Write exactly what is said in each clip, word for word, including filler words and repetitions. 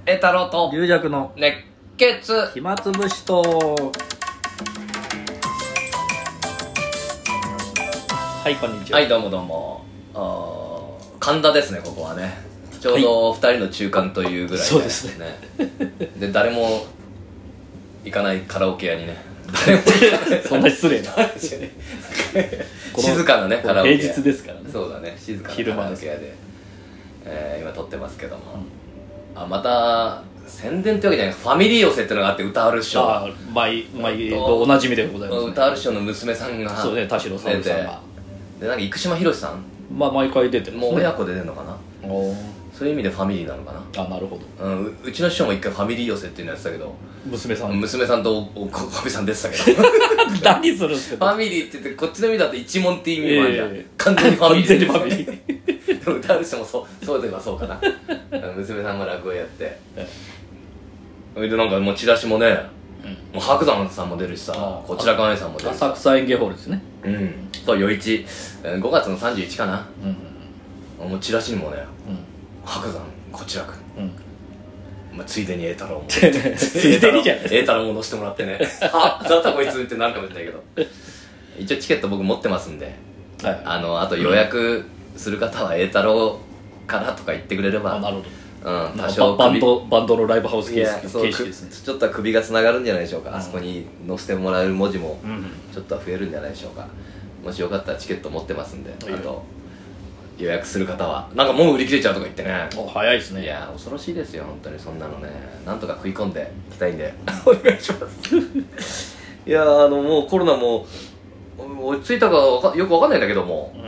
栄太郎と龍尺の熱血暇つぶしと。はいこんにちは。 はいどうもどうも。あー神田ですね、ここはね。ちょうどふたりの中間というぐらいで、 そうですねで誰も行かないカラオケ屋にね、誰も行かないそんな失礼な静かなねカラオケ屋、 平日ですからね。 そうだね、静かな昼カラ間ですオケ屋で、えー今撮ってますけども、うん、あまた宣伝ってわけじゃない、ファミリー寄せってのがあって、歌ある師匠ああ毎毎度おなじみでございます、ね、 歌ある師匠の娘さんがそうね、田代さんさんがで、なんか生島博さん、 まあ毎回出てるんですね。 もう親子で出るのかな、 おそういう意味でファミリーなのかな。 あ、なるほど。 うん、う, うちの師匠も一回ファミリー寄せっていうのやってたけど、 娘さん娘さんとおここびさん出てたけど何するんですか。 ファミリーって言って、こっちの意味だと一門って意味もあるじゃん、 えー完全にファミリー完全にファミリーでも歌ある人もそうそうといえばそうかな娘さんが落語やってそれでなんかもうチラシもね、うん、もう白山さんも出るしさ、こちらかねさんも出るし、 浅草園芸ホールですね。 うんそう余市ごがつのさんじゅういちかな、うん、もうチラシにもね、うん、白山こちらく、うんまあ、ついでに栄太郎もついでにじゃない栄太郎も乗せてもらってねあなんだこいつってなるかもしれないけど一応チケット僕持ってますんで、はい、あのあと予約する方は栄太郎からとか言ってくれれば、 あなるほど、 うん、多少バンドバンドのライブハウス形式ですね。 ちょっとは首がつながるんじゃないでしょうか、うん、あそこに載せてもらえる文字もちょっとは増えるんじゃないでしょうか、もしよかったらチケット持ってますんで、あと予約する方はなんかもう売り切れちゃうとか言ってね、 お早いですね。 いや恐ろしいですよ本当に、そんなのねなんとか食い込んでいきたいんでお願いしますいやあのもうコロナも落ち着いたかよくわかんないんだけども、うん、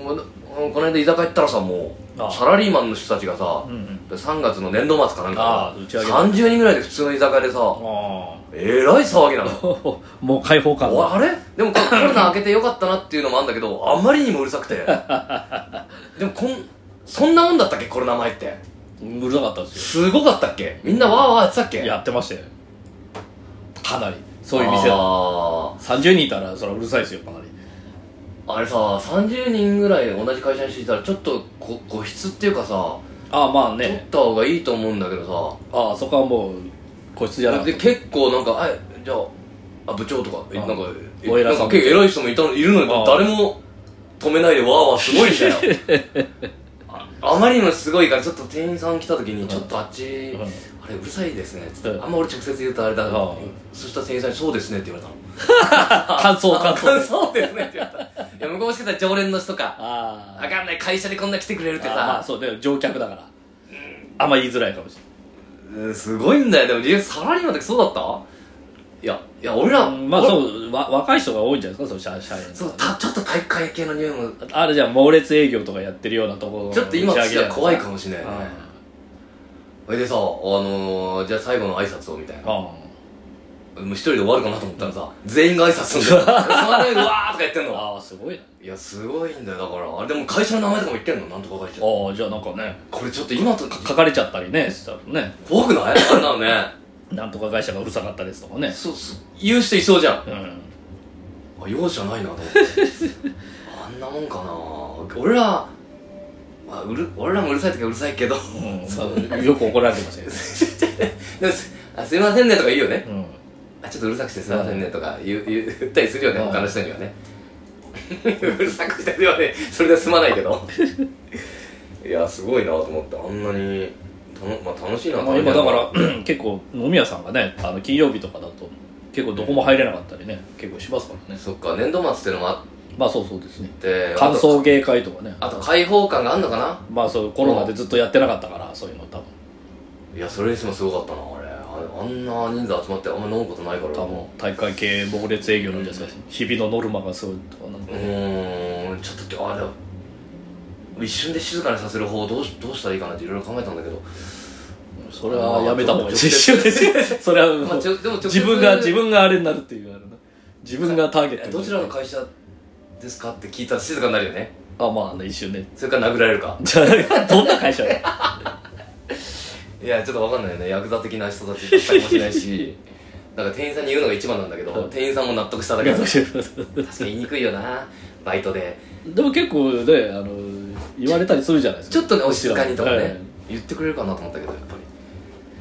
この間居酒屋行ったらさ、もうサラリーマンの人たちがさ、うんうん、さんがつの年度末かなんかさんじゅうにんぐらいで普通の居酒屋でさ、えらい騒ぎなのもう開放感あれでもコロナ明けてよかったなっていうのもあるんだけど、あんまりにもうるさくてでもこんそんなもんだったっけ、コロナ前ってうるさかったですよ。 すごかったっけ、みんなわーわーやってたっけ。 やってましたよ、かなり。そういう店はさんじゅうにんいたらそれはうるさいですよ、かなり。 あれさ、さんじゅうにんぐらい同じ会社にしていたらちょっとご個室っていうかさ、 ああまあね、 取った方がいいと思うんだけどさ、 ああそこはもう個室じゃなくて、 で結構なんか、あじゃあ、あ部長とかなんかお偉さんなんか結構偉い人もいたいるのに誰も止めないでわーわーすごいんだよあ, あまりにもすごいから、ちょっと店員さん来た時にちょっとあっち、うん、あれうるさいですねっつって、うん、あんま俺直接言うとあれだから、うん、そしたら店員さんにそうですねって言われたの感想感想感想ですねって言われた。いや向こうもしかしたら常連の人かあ分かんない、会社でこんな来てくれるってさ、 まあそうで乗客だから、うん、あんま言いづらいかもしれない、 うん、すごいんだよ。でもサラリーマンってそうだった？いやいや俺ら、うん、 まあそうわ若い人が多いんじゃないですか、そう社員。 そうたちょっと体育会系の匂いもあれじゃあ猛烈営業とかやってるようなところ、 ちょっと今としては怖いかもしれないね。それでさ、あのー、じゃあ最後の挨拶をみたいな、もう一人で終わるかなと思ったらさ、うん、全員が挨拶するんだよその間にうわーとか言ってんの。 ああすごいな。 いやすごいんだよ。だからあれでも会社の名前とかも言ってんの、なんとか会社。 ああじゃあなんかね、これちょっと今と書かれちゃったりねしたらね怖くない？あれなのねなんとか会社がうるさかったですとかね、 そうそう言う人いそうじゃん、うん、あ容赦ないなと思ってあんなもんかな俺ら、まあ、うる俺らもうるさい時はうるさいけど、 うん、そうよく怒られてましたよでもあすいませんねとか言うよね、うん、あちょっとうるさくしてすいませんねとか言う言ったりするよね、他の人にはねうるさくしてるよね、それで済まないけどいやすごいなと思って、あんなにたの、まあ、楽しいなと思って、 まあ、今だから結構飲み屋さんがね、あの金曜日とかだと結構どこも入れなかったりね、結構しますからね。そっか、年度末っていうのもあって、 まあそうそうですね、歓送迎会とかね、 あと開放感があんのかな。 まあそうコロナでずっとやってなかったから、そういうの多分。 いやそれにしてもすごかったなあれ。あんな人数集まってあんま飲むことないから、 多分大会系猛烈営業なんじゃないですか、日々のノルマがすごいとかなんか、 うーんちょっとあれ一瞬で静かにさせる方どうどうしたらいいかなっていろいろ考えたんだけど、 それはやめた方がいい。一瞬でそれはもう自分が自分があれになるっていう、あれな、自分がターゲット。 どちらの会社ですかって聞いたら静かになるよね。 あまあね、一瞬ね。 それから殴られるかじゃあどんな会社だよいやちょっと分かんないよね、ヤクザ的な人たちだったかもしれないしだから店員さんに言うのが一番なんだけど、店員さんも納得しただけだ確かに言いにくいよな、バイトで。 でも結構ね、あの言われたりするじゃないですか、 ちょっとねお静かにとかね、はい、言ってくれるかなと思ったけど、やっぱり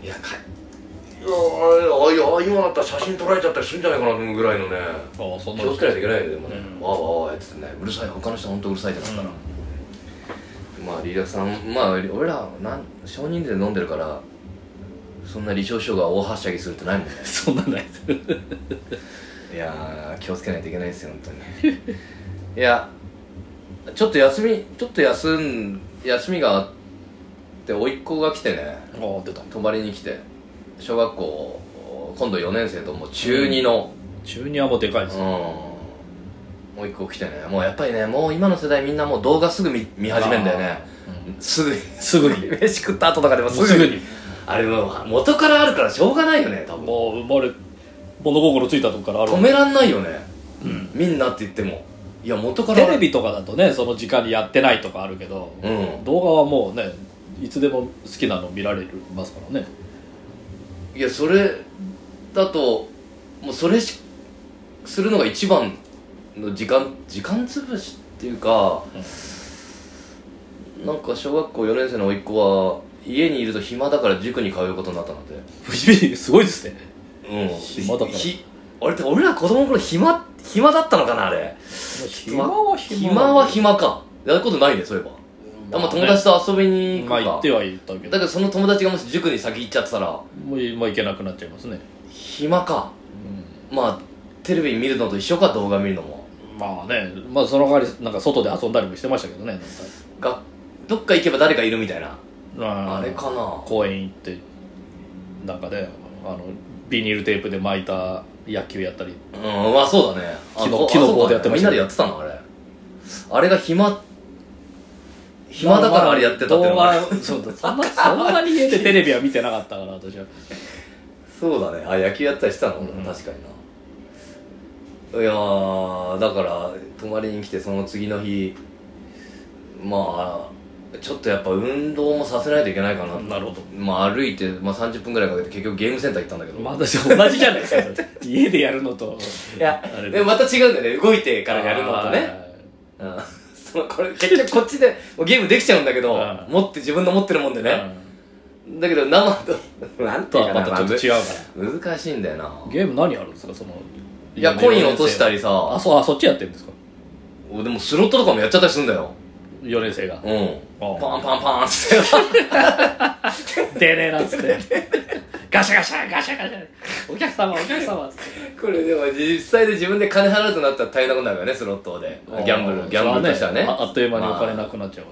いやかいやいや今だったら写真撮られちゃったりするんじゃないかなぐらいのねあそんな気をつけないといけないよでもね、 うん、 わーわーわーやっててねうるさい他の人ほんとうるさいってなったら、うん、まあリーダーさんまあ俺らなん少人数で飲んでるからそんな李承師匠が大はしゃぎするってないもんねそんなんないいやー気をつけないといけないですよ本当にいやちょっと休みちょっと休ん休みがあって甥っ子が来てねあ出た泊まりに来て小学校今度よねん生ともう中にの、 うん、中にはもうでかいですね、 うん、甥っ子来てねもうやっぱりねもう今の世代みんなもう動画すぐ 見, 見始めるんだよね、うん、すぐにすぐに飯食った後とかでもすぐに, すぐにあれもう元からあるからしょうがないよね多分もう生まれ物心ついたとこからある止めらんないよね、 うん、 みんなって言ってもいや元からテレビとかだとねその時間にやってないとかあるけど、うん、動画はもうねいつでも好きなの見られますからねいやそれだともうそれしするのが一番の時間時間潰しっていうか、うん、なんか小学校よねん生の甥っ子は家にいると暇だから塾に通うことになったのですごいですねうん暇だからひあれって俺ら子供の頃暇暇だったのかなあれ暇は暇暇は暇かやることないねそういえば、まあね、友達と遊びに行くか、 まあ行っては行ったけどだけどその友達がもし塾に先行っちゃってたらもう、まあ、行けなくなっちゃいますね暇か、うん、まあテレビ見るのと一緒か動画見るのもまあねまあその代わりなんか外で遊んだりもしてましたけどねがどっか行けば誰かいるみたいなあ, あれかな公園行ってなんかねあのビニールテープで巻いた野球やったりうんまあそうだね木の木の棒でやってました、ね、 みんなでやってたのあれあれが暇暇だからあれやってたってのが、まあまあ、 そうだそんなそんなに家でテレビは見てなかったから私はそうだねあ野球やったりしたの、うん、確かにないやーだから泊まりに来てその次の日まあちょっとやっぱ運動もさせないといけないかななるほどまあ歩いて、まあ、さんじゅっぷんぐらいかけて結局ゲームセンター行ったんだけどまあ私同じじゃないですか家でやるのといやでもまた違うんだよね動いてからやるのとねうんそのこれ結局こっちでゲームできちゃうんだけど持って自分の持ってるもんでねだけど生となんていうかなまたちょっと違うから難しいんだよなゲーム何やるんですかそのいやコイン落としたりさあそうあそっちやってるんですかでもスロットとかもやっちゃったりするんだよよねん生がうんパンパンパンっつって出ねえなっつってガシャガシャガシャガシャお客様お客様っつってこれでも実際で自分で金払うとなったら大変なことになるからねスロットでギャンブルギャンブルとしてはねあ, あっという間にお金なくなっちゃうから、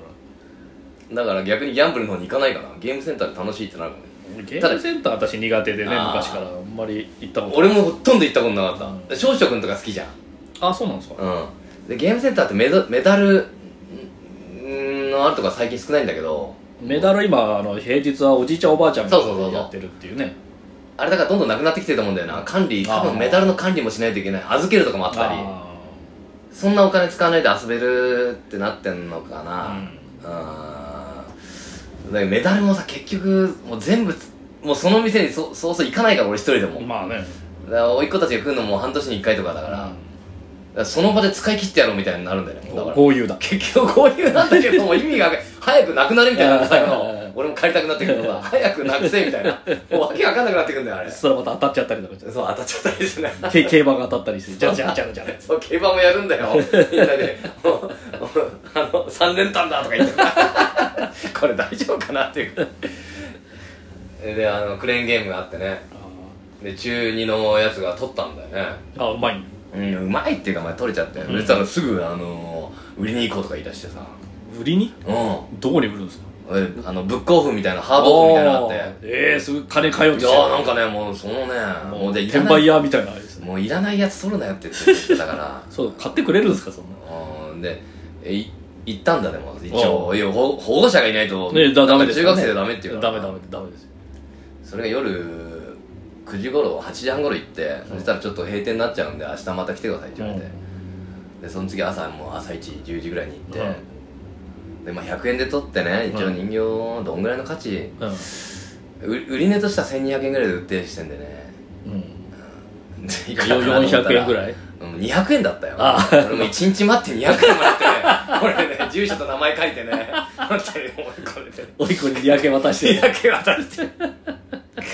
だから逆にギャンブルの方に行かないかなゲームセンターで楽しいってなるかもねゲームセンター私苦手でね昔からあんまり行ったことない俺もほとんど行ったことなかった、うん、少々君とか好きじゃんあそうなんですかうんでゲームセンターってメダメダルのあるとか最近少ないんだけどメダル今あの平日はおじいちゃんおばあちゃんがやってるっていうねあれだからどんどんなくなってきてると思うんだよな管理多分メダルの管理もしないといけない預けるとかもあったりそんなお金使わないで遊べるってなってんのかな、うん、あだけどメダルもさ結局もう全部もうその店にそそうそう行かないから俺一人でもまあねだから甥っ子たちが来るのも半年にいっかいとかだから、うんその場で使い切ってやろうみたいになるんだよねだから豪遊だ結局豪遊なんだけども意味が早くなくなるみたいな最後の俺も帰りたくなってくるのが早くなくせみたいなもうわけわかんなくなってくるんだよあれそしたらまた当たっちゃったりとかそう当たっちゃったりですね競馬が当たったりしてじゃじゃじゃじゃそう競馬もやるんだよみんなであの三連単だとか言ってこれ大丈夫かなっていうであのクレーンゲームがあってねで中にのやつが取ったんだよねあうまいんうん、うまいっていうか、まあ、取れちゃって、うん、そしたらすぐ、あのー、売りに行こうとか言い出してさ売りにうんどこに売るんですかあのブックオフみたいなハードオフみたいなのがあってええー、すぐ金通っていやーなんかねもうそのねもうで転売屋みたいなあれですねもういらないやつ取るなよって言ってたからそう買ってくれるんですかそんなうんでえい行ったんだでも一応いや保保護者がいないと、 ね、だダメです中学生でダメっていうからダメダメダメですそれが夜くじ頃はちじはん頃行って、うん、そしたらちょっと閉店になっちゃうんで明日また来てくださいって言われて、うん、でその次朝もう朝一じゅうじぐらいに行って、うん、でまあひゃくえんで取ってね一応人形どんぐらいの価値、うん、売り値としてはせんにひゃくえんぐらいで売ってしてんでね、 うん、いくらよんひゃくえんぐらいにひゃくえんだったよあ俺もいちにち待ってにひゃくえんもらってね俺ね住所と名前書いてね待ってこれでおいっ子ににひゃくえん渡してにひゃくえん渡して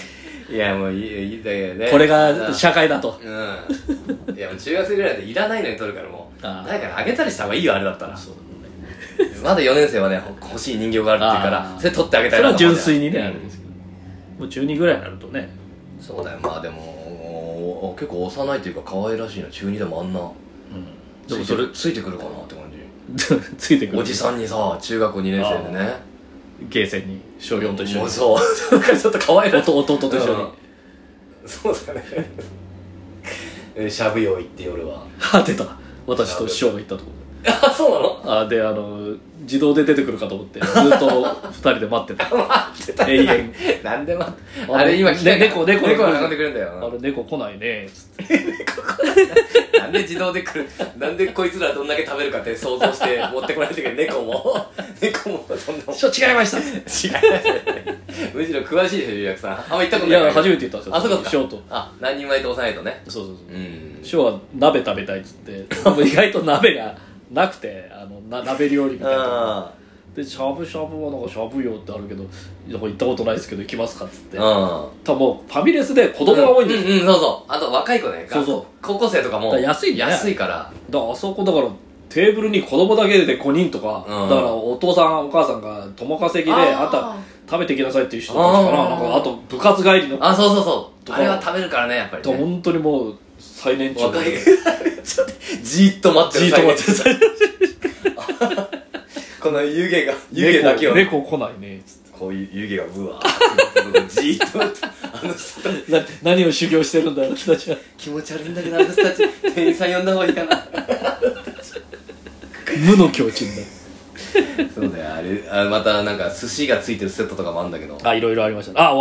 いやもういいいいんだけどね、 これが社会だと。 うんいやもう中学生ぐらいでいらないのに取るから、もうあー誰かにあげたりした方がいいよ、あれだったら。 そうまだよねん生はね欲しい人形があるっていうからあーそれ取ってあげたいなそれは純粋にね、 うんあれですけど、もう中にぐらいになるとね。 そうだよ。まあでもお結構幼いというか可愛らしいな。中にでもあんなでもそれついてくるかなって感ついてくるじ。おじさんにさ中学校にねん生でねゲーセンに小よんと一緒に、 もうそうなんかちょっと可愛らしい弟と一緒に、 うんそうだねえしゃぶ用意って夜はは出た、私と師匠が行ったとこあそうなの。 あであの自動で出てくるかと思ってずっとふたりで待ってた待ってた永遠。 なんで待ってあれあれ今来たね猫猫猫が運んでくるんだよあれ猫来ないねつってなんで自動で来るなんでこいつらどんだけ食べるかって想像して持ってこられてくる猫も猫もそんなもん師匠違いました。 違いますよねむしろ詳しいでしょ、ゆうやくさん。あんま行ったことない。 いや初めて言ったんですよ。 あ、そうかそうか。 師匠と。 あ、何人前と押さないとね。 そうそうそう。 うん。 師匠は鍋食べたいっつってもう意外と鍋がなくて、あのな鍋料理みたいなあでしゃぶしゃぶはなんかしゃぶよってあるけどなんか行ったことないですけど行きますかっつってあ。 多分もうファミレスで子供が多いんですよ、 うん、うん、そうそう。あと若い子ね。 そうそう高校生とかも。 だから安いんだね安いから。 だからあそこだからテーブルに子供だけでごにんとか、 うんだからお父さんお母さんが共稼ぎであーあんた食べてきなさいっていう人だったかな、 あーなんかあと部活帰りのあ、そうそうそう。 とかあれは食べるからね、やっぱりね。 本当にもう最年長若い。ちょっと、じーっと待ってる。 じーっと待ってるこの湯気が、湯気だけを。 猫猫来ないねつってこういう湯気がブワーじーっと待って。あの人たち。 な何を修行してるんだよ人たちは気持ち悪いんだけど、あの人たち。店員さん呼んだ方がいいかな。 無の境地になるそうだよ、あれ。あまたなんか寿司がついてるセットとかもあるんだけど。 あいろいろありましたねあ